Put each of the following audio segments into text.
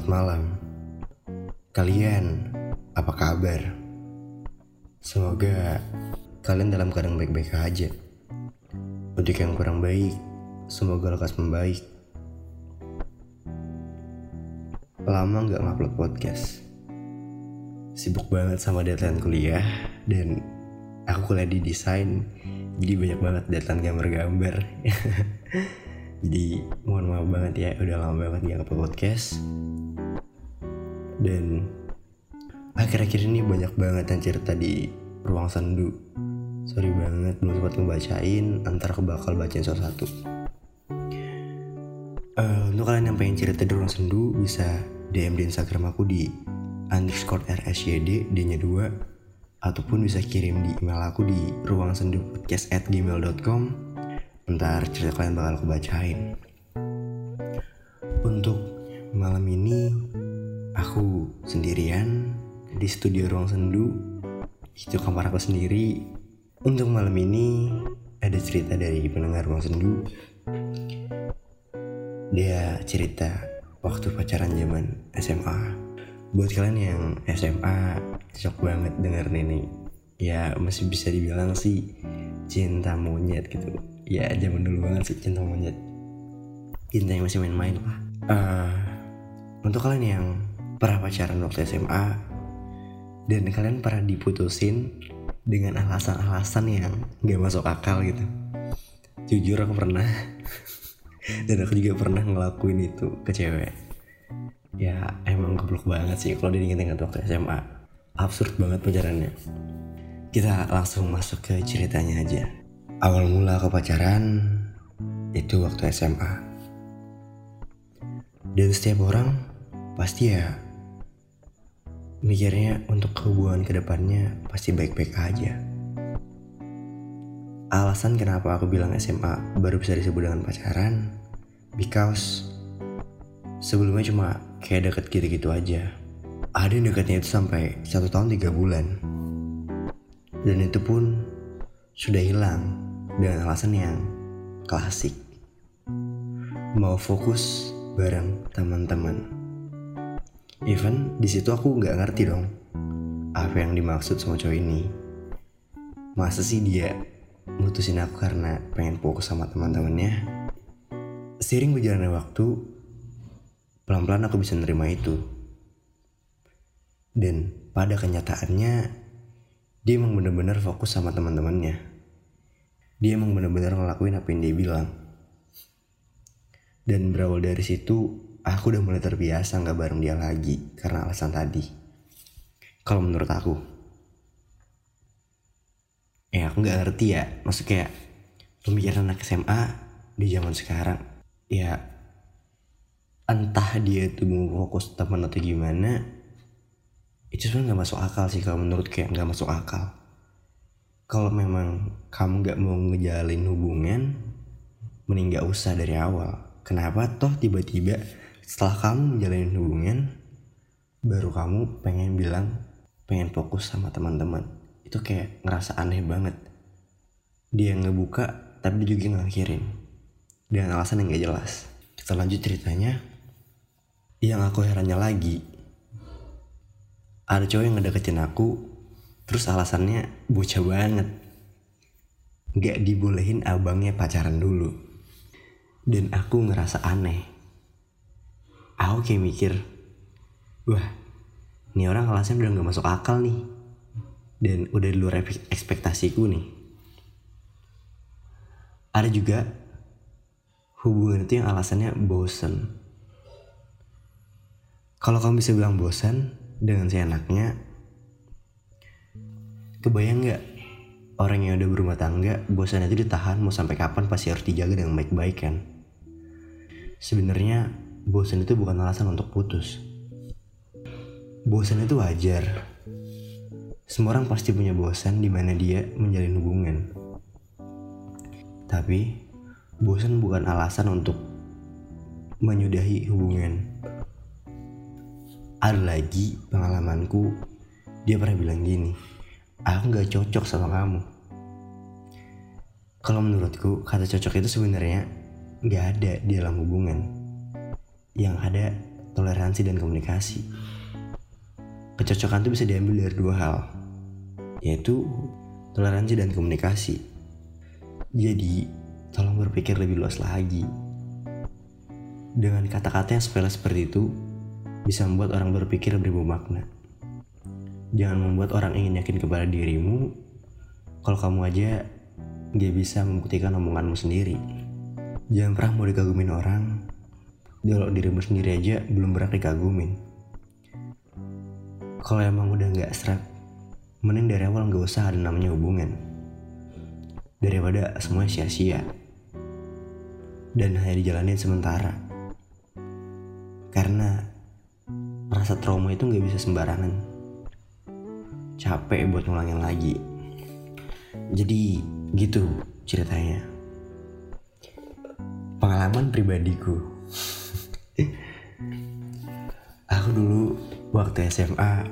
Selamat malam. Kalian apa kabar? Semoga kalian dalam keadaan baik-baik aja. Untuk yang kurang baik, semoga lekas membaik. Lama gak ngupload podcast. Sibuk banget sama deadline kuliah. Dan aku kuliah di desain, jadi banyak banget deadline gambar-gambar. Jadi mohon maaf banget ya, udah lama banget gak ngupload podcast. Dan akhir-akhir ini banyak banget yang cerita di ruang sendu. Sorry banget belum sempat ngebacain, ntar aku bakal bacain satu-satu. Untuk kalian yang pengen cerita di ruang sendu, bisa DM di Instagram aku di _RSYD D-nya 2, ataupun bisa kirim di email aku di ruangsendupodcast@gmail.com. Ntar cerita kalian bakal aku bacain. Untuk malam ini aku sendirian di studio ruang sendu. Itu kamar aku sendiri. Untuk malam ini ada cerita dari pendengar ruang sendu. Dia cerita waktu pacaran zaman SMA. Buat kalian yang SMA, cocok banget dengerin ini. Ya masih bisa dibilang sih cinta monyet gitu. Ya zaman dulu banget sih cinta monyet. Cinta yang masih main-main lah. Untuk kalian yang pernah pacaran waktu SMA dan kalian pernah diputusin dengan alasan-alasan yang gak masuk akal gitu. Jujur aku pernah. Dan aku juga pernah ngelakuin itu ke cewek. Ya emang goblok banget sih kalau diinget-inget waktu SMA. Absurd banget pacarannya. Kita langsung masuk ke ceritanya aja. Awal mula aku pacaran itu waktu SMA. Dan setiap orang pasti ya mikirnya untuk hubungan kedepannya pasti baik-baik aja. Alasan kenapa aku bilang SMA baru bisa disebut dengan pacaran, because sebelumnya cuma kayak deket gitu-gitu aja. Ada yang dekatnya itu sampai 1 tahun 3 bulan. Dan itu pun sudah hilang dengan alasan yang klasik. Mau fokus bareng teman-teman. Even di situ aku nggak ngerti dong apa yang dimaksud sama cowok ini. Masa sih dia mutusin aku karena pengen fokus sama teman-temannya? Seiring berjalannya waktu, pelan-pelan aku bisa nerima itu. Dan pada kenyataannya, dia emang benar-benar fokus sama teman-temannya. Dia emang benar-benar ngelakuin apa yang dia bilang. Dan berawal dari situ, aku udah mulai terbiasa gak bareng dia lagi karena alasan tadi. Kalau menurut aku, ya aku gak ngerti ya. Maksudnya kayak pemikiran anak SMA di zaman sekarang. Ya entah dia tuh mau fokus teman atau gimana, itu sebenarnya gak masuk akal sih. Kalau menurut kayak gak masuk akal. Kalau memang kamu gak mau ngejalin hubungan, mending gak usah dari awal. Kenapa toh tiba-tiba setelah kamu menjalin hubungan baru kamu pengen bilang pengen fokus sama teman-teman? Itu kayak ngerasa aneh banget. Dia ngebuka tapi dia juga ngakhirin dengan alasan yang gak jelas. Kita lanjut ceritanya. Yang aku herannya lagi, ada cowok yang ngedeketin aku, terus alasannya bocah banget, gak dibolehin abangnya pacaran dulu. Dan aku ngerasa aneh. Aku kayak mikir, wah ini orang alasannya udah gak masuk akal nih. Dan udah di luar ekspektasiku nih. Ada juga hubungan itu yang alasannya bosen. Kalau kamu bisa bilang bosan dengan seenaknya, kebayang gak orang yang udah berumah tangga bosan itu ditahan mau sampai kapan pasti harus dijaga dengan baik-baik kan? Sebenarnya bosan itu bukan alasan untuk putus. Bosan itu wajar. Semua orang pasti punya bosan di mana dia menjalin hubungan. Tapi bosan bukan alasan untuk menyudahi hubungan. Ada lagi pengalamanku, dia pernah bilang gini, aku gak cocok sama kamu. Kalau menurutku kata cocok itu sebenarnya gak ada di dalam hubungan. Yang ada toleransi dan komunikasi. Kecocokan itu bisa diambil dari dua hal, yaitu toleransi dan komunikasi. Jadi, tolong berpikir lebih luas lagi. Dengan kata-kata yang sepele seperti itu, bisa membuat orang berpikir beribu makna. Jangan membuat orang ingin yakin kepada dirimu, kalau kamu aja gak bisa membuktikan omonganmu sendiri. Jangan pernah mau dikagumin orang, kalau dirimu sendiri aja belum pernah dikagumin. Kalau emang udah gak srek, mending dari awal gak usah ada namanya hubungan, daripada semuanya sia-sia dan hanya dijalanin sementara. Karena rasa trauma itu gak bisa sembarangan. Capek buat ngulangin lagi. Jadi gitu ceritanya. Pengalaman pribadiku. Aku dulu waktu SMA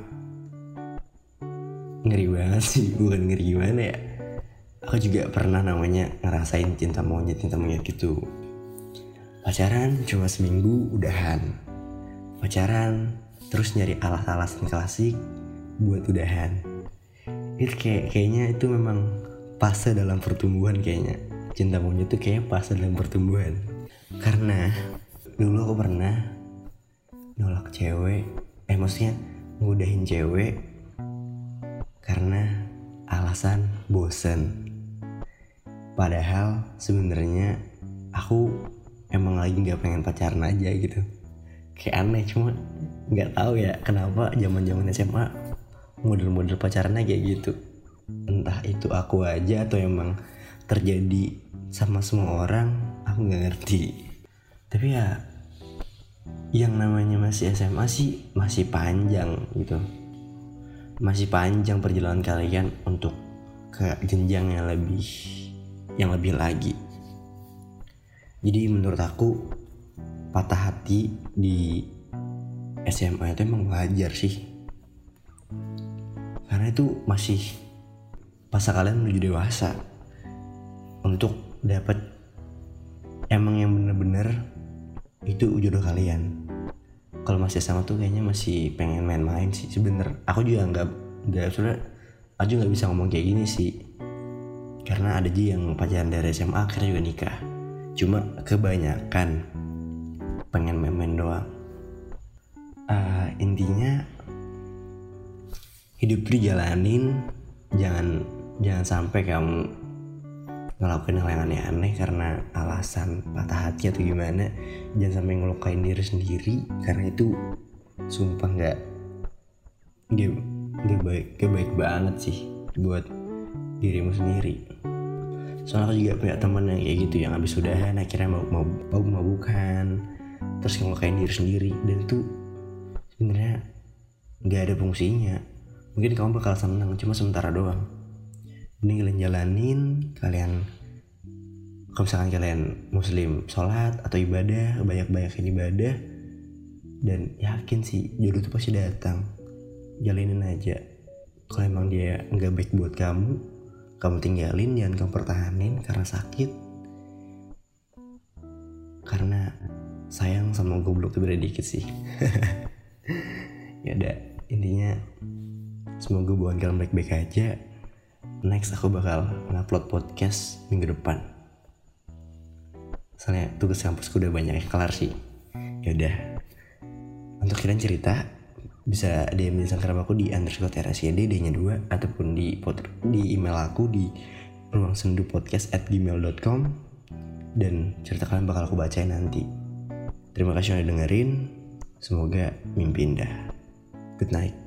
ngeri banget sih. Bukan ngeri gimana ya, aku juga pernah namanya ngerasain cinta monyet gitu. Pacaran cuma seminggu udahan. Pacaran terus nyari alasan klasik buat udahan. Itu kayaknya itu memang fase dalam pertumbuhan kayaknya. Cinta monyet tuh kayaknya fase dalam pertumbuhan. Karena dulu aku pernah nolak cewek, maksudnya ngudahin cewek karena alasan bosen. Padahal sebenarnya aku emang lagi nggak pengen pacaran aja gitu. Kayak aneh, cuma nggak tahu ya kenapa zaman SMA model pacarannya kayak gitu. Entah itu aku aja atau emang terjadi sama semua orang, aku nggak ngerti. Tapi ya yang namanya masih SMA sih masih panjang gitu. Masih panjang perjalanan kalian untuk ke jenjang yang lebih lagi. Jadi menurut aku patah hati di SMA itu emang wajar sih. Karena itu masih masa kalian menuju dewasa untuk dapat emang yang bener-bener itu jodoh kalian. Kalau masih sama tuh kayaknya masih pengen main-main sih sebenernya. Aku juga aku juga nggak bisa ngomong kayak gini sih, karena ada aja yang pacaran dari SMA akhirnya juga nikah. Cuma kebanyakan pengen main-main doang. Intinya hidup tuh dijalanin, jangan sampai kamu ngelakuin hal yang aneh-aneh karena alasan patah hati atau gimana. Jangan sampai ngelukain diri sendiri, karena itu sumpah gak baik banget sih buat dirimu sendiri. Soalnya aku juga punya teman yang kayak gitu, yang habis udahan akhirnya mau mabukan terus ngelukain diri sendiri, dan itu sebenarnya gak ada fungsinya. Mungkin kamu bakal senang cuma sementara doang. Mending kalian jalanin, kalau misalkan kalian muslim, sholat atau ibadah, banyak-banyakin ibadah, dan yakin sih jodoh itu pasti datang. Jalinin aja. Kalau emang dia nggak baik buat kamu tinggalin, jangan kamu pertahanin karena sakit. Karena sayang sama goblok itu beda dikit sih. Ya udah, intinya semoga hubungan kalian baik-baik aja. Next aku bakal ngupload podcast minggu depan. Soalnya tugas kampusku udah banyak yang kelar sih. Ya udah. Untuk kalian cerita bisa DM Instagram aku di _TRSYD D-nya 2, ataupun di email aku di ruangsendupodcast@gmail.com, dan cerita kalian bakal aku bacain nanti. Terima kasih udah dengerin. Semoga mimpi indah. Good night.